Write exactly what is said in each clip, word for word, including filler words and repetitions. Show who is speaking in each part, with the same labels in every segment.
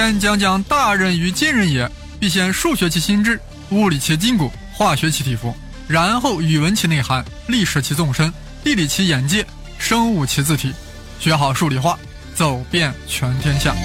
Speaker 1: 先讲讲大人与今人也，必先数学其心智，物理其筋骨，化学其体肤，然后语文其内涵，历史其纵深，地理其眼界，生物其字体，学好数理化，走遍全天下。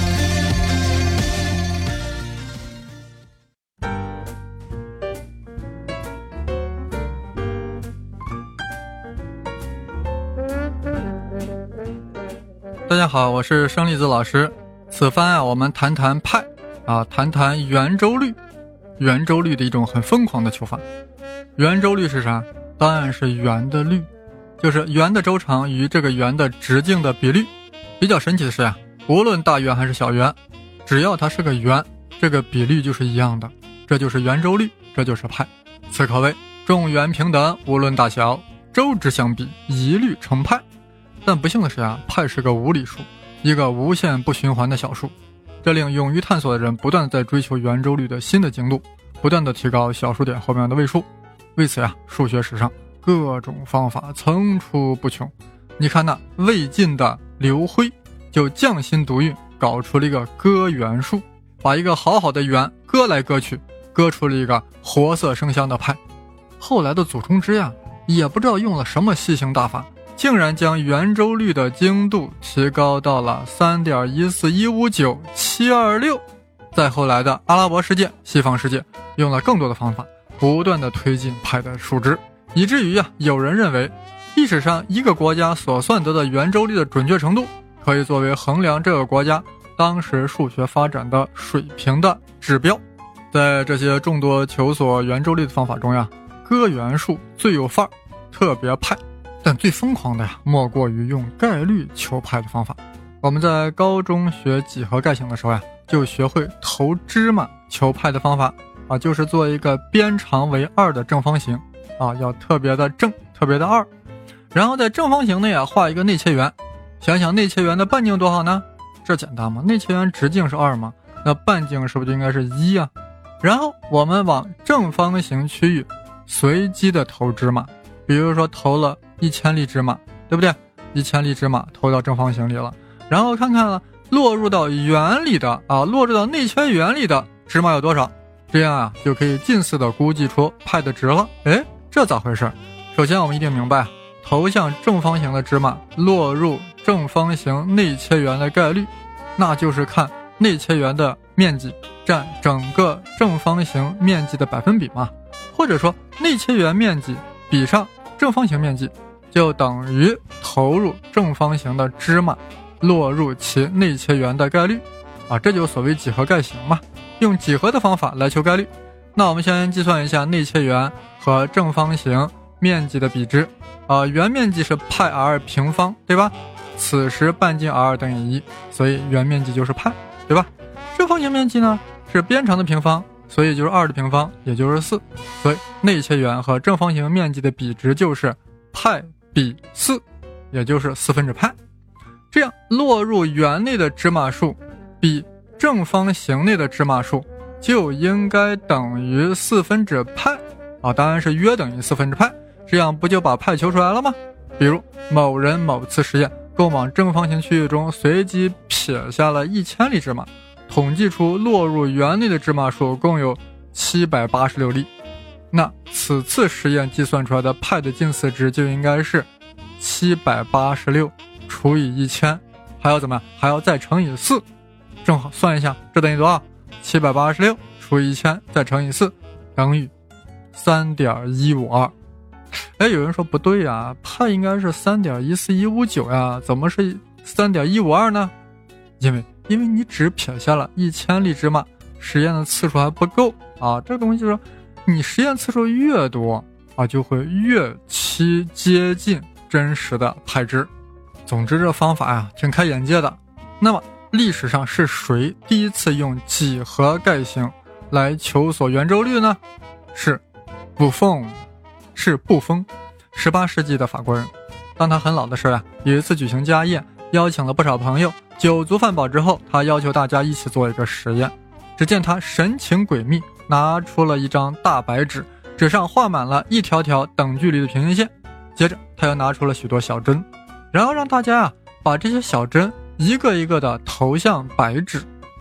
Speaker 1: 大家好，我是生粒子老师。此番啊，我们谈谈派啊，谈谈圆周率。圆周率的一种很疯狂的求法。圆周率是啥？当然是圆的率，就是圆的周长与这个圆的直径的比率。比较神奇的是呀、啊，无论大圆还是小圆，只要它是个圆，这个比率就是一样的，这就是圆周率，这就是派。此可谓众圆平等，无论大小，周之相比，一律成派。但不幸的是啊，派是个无理数，一个无限不循环的小数，这令勇于探索的人不断在追求圆周率的新的精度，不断的提高小数点后面的位数。为此呀，数学史上各种方法层出不穷。你看那魏晋的刘辉就匠心独运，搞出了一个割圆数，把一个好好的圆割来割去，割出了一个活色生香的派。后来的祖冲之呀，也不知道用了什么细行大法，竟然将圆周率的精度提高到了 三点一四一五九七二六。 在后来的阿拉伯世界、西方世界用了更多的方法，不断的推进派的数值，以至于啊，有人认为历史上一个国家所算得的圆周率的准确程度，可以作为衡量这个国家当时数学发展的水平的指标。在这些众多求索圆周率的方法中呀，割圆数最有范儿，特别派。但最疯狂的呀，莫过于用概率求派的方法。我们在高中学几何概型的时候呀，就学会投芝麻求派的方法啊，就是做一个边长为二的正方形啊，要特别的正，特别的二。然后在正方形内啊画一个内切圆，想想内切圆的半径多好呢？这简单吗？内切圆直径是二嘛，那半径是不是就应该是一啊？然后我们往正方形区域随机的投芝麻，比如说投了一千粒芝麻，对不对？一千粒芝麻投到正方形里了，然后看看了落入到圆里的啊，落入到内切圆里的芝麻有多少，这样啊就可以近似的估计出派的值了。诶，这咋回事？首先我们一定明白，投向正方形的芝麻落入正方形内切圆的概率，那就是看内切圆的面积占整个正方形面积的百分比嘛，或者说内切圆面积比上正方形面积，就等于投入正方形的芝麻落入其内切圆的概率啊，这就所谓几何概型嘛，用几何的方法来求概率。那我们先计算一下内切圆和正方形面积的比值啊，圆面积是派 r 平方，对吧？此时半径 r 等于一，所以圆面积就是派，对吧？正方形面积呢是边长的平方，所以就是二的平方，也就是四，所以内切圆和正方形面积的比值就是派比四，也就是四分之派。这样落入圆内的芝麻数比正方形内的芝麻数就应该等于四分之派啊，当然是约等于四分之派，这样不就把派求出来了吗？比如某人某次实验共往正方形区域中随机撇下了一千粒芝麻，统计出落入圆内的芝麻数共有七百八十六粒，那此次实验计算出来的派的近似值就应该是七百八十六除以一千，还要怎么样？还要再乘以四，正好算一下，这等于多少？七百八十六除以一千再乘以四，等于 三点一五二。 哎，有人说不对呀，派应该是 三点一四一五九 呀，怎么是 三点一五二 呢？因为因为你只撇下了一千粒芝麻，实验的次数还不够啊。这个东西就是说你实验次数越多啊，就会越期接近真实的派值。总之这方法呀挺开眼界的。那么历史上是谁第一次用几何概型来求索圆周率呢？是布冯，是布冯，十八世纪的法国人。当他很老的时候呀，有一次举行家宴，邀请了不少朋友，酒足饭饱之后，他要求大家一起做一个实验。只见他神情诡秘，拿出了一张大白纸，纸上画满了一条条等距离的平行线，接着他又拿出了许多小针，然后让大家啊把这些小针一个一个的投向白纸。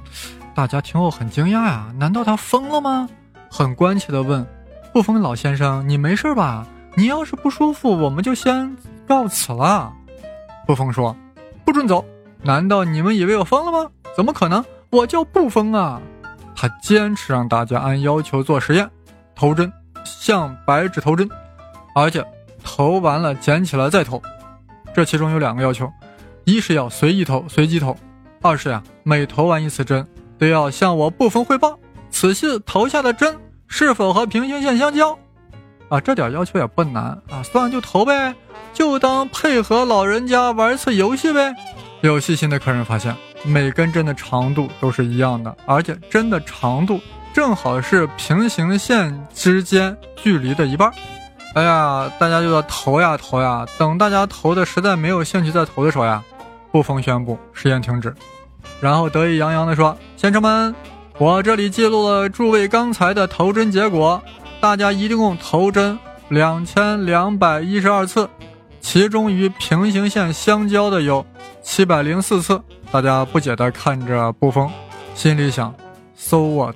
Speaker 1: 大家听后很惊讶呀，难道他疯了吗？很关切地问，不疯老先生，你没事吧？你要是不舒服，我们就先告辞了。不疯说，不准走，难道你们以为我疯了吗？怎么可能，我就不疯啊。他坚持让大家按要求做实验，投针，像白纸投针，而且投完了捡起来再投。这其中有两个要求，一是要随意投随机投，二是呀每投完一次针都要向我不疯汇报此次投下的针是否和平行线相交啊。这点要求也不难啊，算了就投呗，就当配合老人家玩次游戏呗。有细心的客人发现，每根针的长度都是一样的，而且针的长度正好是平行线之间距离的一半。哎呀，大家就要投呀投呀，等大家投的实在没有兴趣再投的时候呀，不疯宣布实验停止，然后得意洋洋地说，先生们，我这里记录了诸位刚才的投针结果，大家一共投针两千两百一十二次，其中与平行线相交的有七百零四次。大家不解地看着不疯，心里想 So what?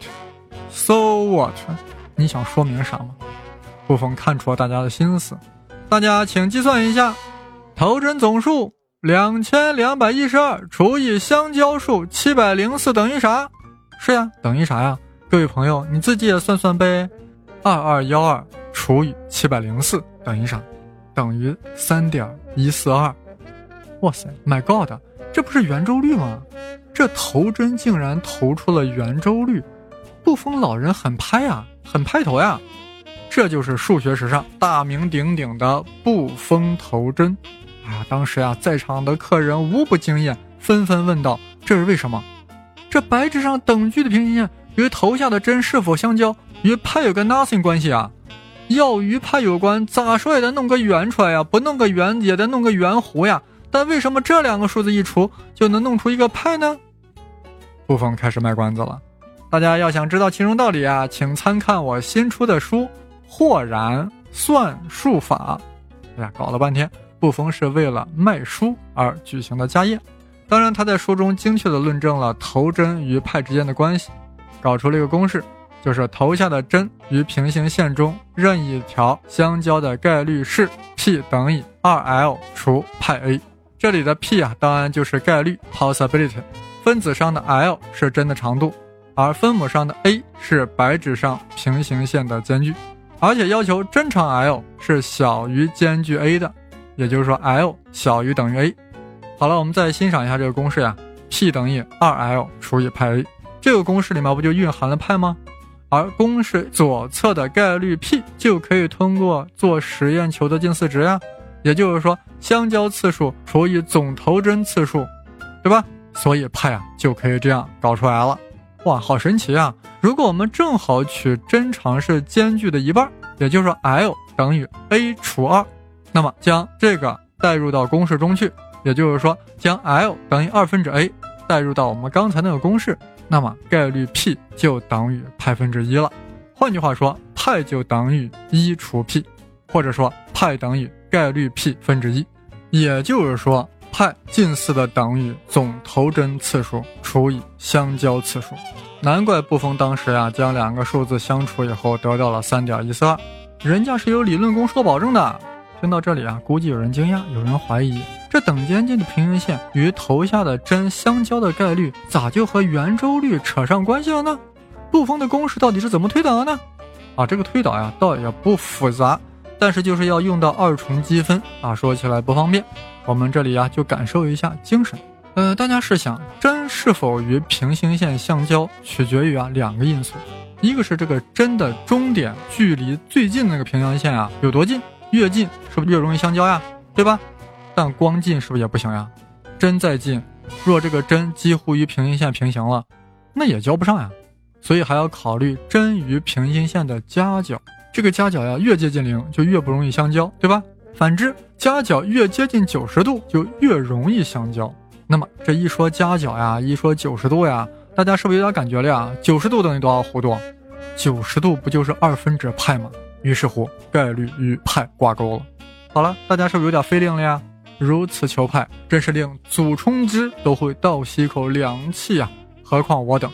Speaker 1: So what? 你想说明啥吗？不疯看出了大家的心思，大家请计算一下，投针总数两千两百一十二除以相交数七百零四等于啥？是呀，等于啥呀？各位朋友，你自己也算算呗。二二一二除以七百零四等于啥？等于 三点一四二。 哇塞 My God， 这不是圆周率吗？这投针竟然投出了圆周率，不疯老人很拍呀，很拍头呀。这就是数学史上大名鼎鼎的不疯投针啊！当时啊，在场的客人无不惊艳，纷纷问道：“这是为什么？这白纸上等距的平行线与投下的针是否相交，与派有个 nothing 关系啊？要与派有关，咋说也得弄个圆出来呀，不弄个圆也得弄个圆弧呀。但为什么这两个数字一除就能弄出一个派呢？”不疯开始卖关子了，大家要想知道其中道理啊，请参看我新出的书。豁然算术法。哎呀，搞了半天，不疯是为了卖书而举行的家宴。当然，他在书中精确地论证了投针与派之间的关系，搞出了一个公式，就是投下的针与平行线中任意一条相交的概率是 P 等于 二 L 除派 A。这里的 P 啊，当然就是概率 possibility， 分子上的 L 是针的长度，而分母上的 A 是白纸上平行线的间距。而且要求针长 L 是小于间距 A 的，也就是说 L 小于等于 A。 好了，我们再欣赏一下这个公式呀 P 等于 二 L 除以派 A。 这个公式里面不就蕴含了派吗？而公式左侧的概率 P 就可以通过做实验求得近似值呀，也就是说相交次数除以总投针次数，对吧？所以派啊就可以这样搞出来了。哇，好神奇啊！如果我们正好取针长是间距的一半，也就是说 L 等于 A 除二，那么将这个带入到公式中去，也就是说将 L 等于二分之 A 带入到我们刚才那个公式，那么概率 P 就等于派分之一了。换句话说，派就等于一除 P， 或者说派等于概率 P 分之一。也就是说派近似的等于总投针次数除以相交次数。难怪不疯当时啊将两个数字相除以后得到了 三点一四二， 人家是有理论公式保证的。听到这里啊，估计有人惊讶，有人怀疑，这等间距的平行线与投下的针相交的概率咋就和圆周率扯上关系了呢？不疯的公式到底是怎么推导的呢？啊，这个推导呀倒也不复杂，但是就是要用到二重积分啊，说起来不方便，我们这里啊就感受一下精神。呃，大家试想，针是否与平行线相交，取决于啊两个因素，一个是这个针的终点距离最近那个平行线啊有多近，越近是不是越容易相交呀，对吧？但光近是不是也不行呀？针再近，若这个针几乎与平行线平行了，那也交不上呀。所以还要考虑针与平行线的夹角，这个夹角呀越接近零就越不容易相交，对吧？反之，夹角越接近九十度就越容易相交。那么这一说夹角呀，一说九十度呀，大家是不是有点感觉了呀？九十度等于多少弧度？九十度不就是二分之派吗？于是乎概率与派挂钩了。好了，大家是不是有点费令了呀？如此求派，真是令祖冲之都会倒吸口凉气呀！何况我等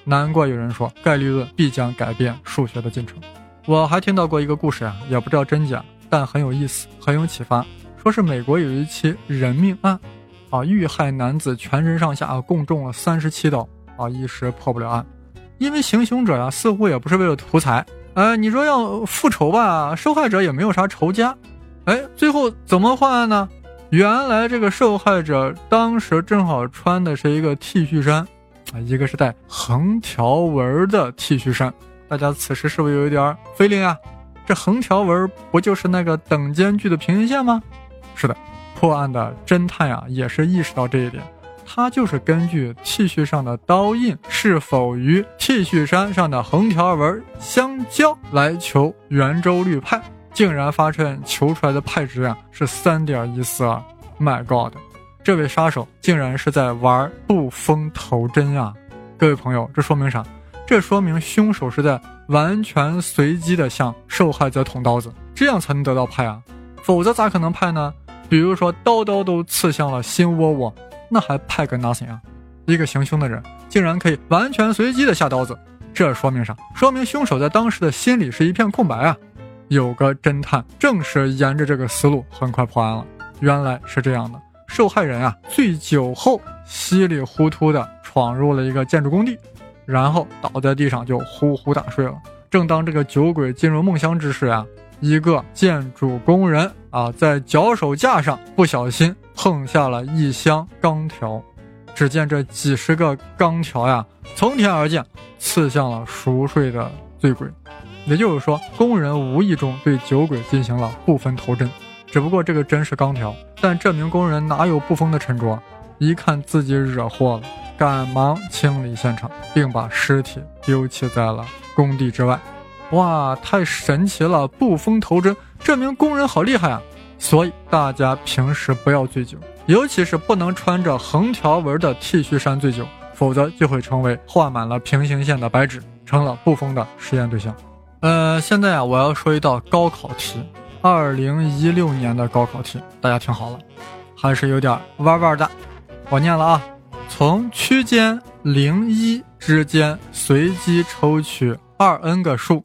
Speaker 1: 难怪有人说概率论必将改变数学的进程。我还听到过一个故事啊，也不知道真假，但很有意思，很有启发。说是美国有一起人命案啊，遇害男子全身上下、啊、共中了三十七刀啊，一时破不了案。因为行凶者呀、啊，似乎也不是为了图财，呃，你说要复仇吧，受害者也没有啥仇家，哎，最后怎么换案呢？原来这个受害者当时正好穿的是一个 T 恤衫啊，一个是带横条纹的 T 恤衫。大家此时是不是有一点非灵啊？这横条纹不就是那个等间距的平行线吗？是的，破案的侦探呀、啊、也是意识到这一点，他就是根据 T 恤上的刀印是否与 T 恤衫上的横条纹相交来求圆周率派，竟然发现求出来的派值啊是 三点一四二。 My God， 这位杀手竟然是在玩不封头针呀！各位朋友，这说明啥？这说明凶手是在完全随机的向受害者捅刀子，这样才能得到派啊，否则咋可能派呢？比如说刀刀都刺向了心窝窝，那还派个 nothing 啊？一个行凶的人竟然可以完全随机的下刀子，这说明啥？说明凶手在当时的心里是一片空白啊！有个侦探正是沿着这个思路很快破案了。原来是这样的，受害人啊醉酒后稀里糊涂的闯入了一个建筑工地，然后倒在地上就呼呼大睡了。正当这个酒鬼进入梦乡之时啊，一个建筑工人啊在脚手架上不小心碰下了一箱钢条，只见这几十个钢条呀从天而降，刺向了熟睡的醉鬼。也就是说，工人无意中对酒鬼进行了不分头针，只不过这个针是钢条，但这名工人哪有不疯的沉着，一看自己惹祸了，赶忙清理现场，并把尸体丢弃在了工地之外。哇，太神奇了，不疯头针，这名工人好厉害啊！所以大家平时不要醉酒，尤其是不能穿着横条纹的 T 恤衫醉酒，否则就会成为画满了平行线的白纸，成了不疯的实验对象。呃，现在啊，我要说一道高考题，二零一六年的高考题，大家听好了，还是有点弯弯的。我念了啊，从区间零一之间随机抽取二 n 个数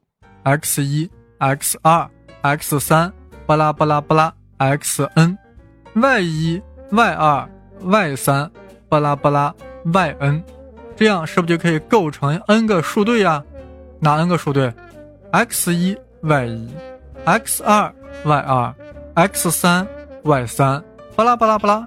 Speaker 1: x 一 x 二 x 三 巴拉巴拉巴拉 xn y 一 y 二 y 三 巴拉巴拉 yn， 这样是不是就可以构成 n 个数对呀？哪 n 个数对？ x 一 y 一 x 二 y 二 x 三 y 三 巴拉巴拉巴拉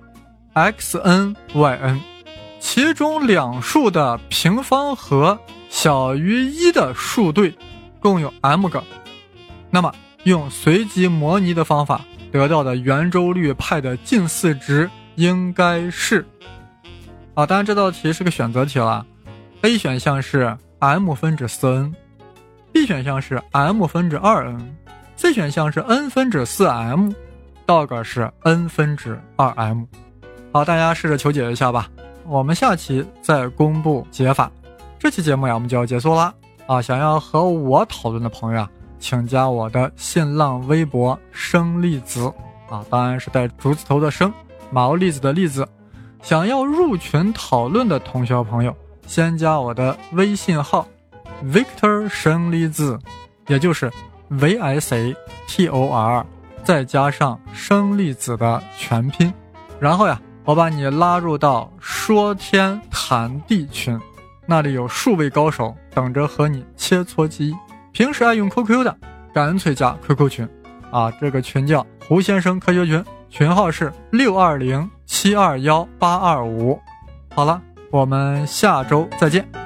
Speaker 1: xn yn， 其中两数的平方和小于一的数对共有 m 个，那么用随机模拟的方法得到的圆周率派的近似值应该是啊，当然这道题是个选择题了。 A 选项是 m 分之 四 n， B 选项是 m 分之 二 n， C 选项是 n 分之 四 m， 倒个是 n 分之 二 m。 好，大家试着求解一下吧，我们下期再公布解法。这期节目呀我们就要结束啦啊！想要和我讨论的朋友啊，请加我的新浪微博生栗子啊，当然是带竹字头的生，毛栗子的栗子。想要入群讨论的同学朋友，先加我的微信号 Victor 生栗子，也就是 V S A T O R 再加上生栗子的全拼，然后呀我把你拉入到说天谈地群，那里有数位高手等着和你切磋技艺。平时爱用 Q Q 的干脆加 Q Q 群啊，这个群叫胡先生科学群，群号是六二零七二一八二五。好了，我们下周再见。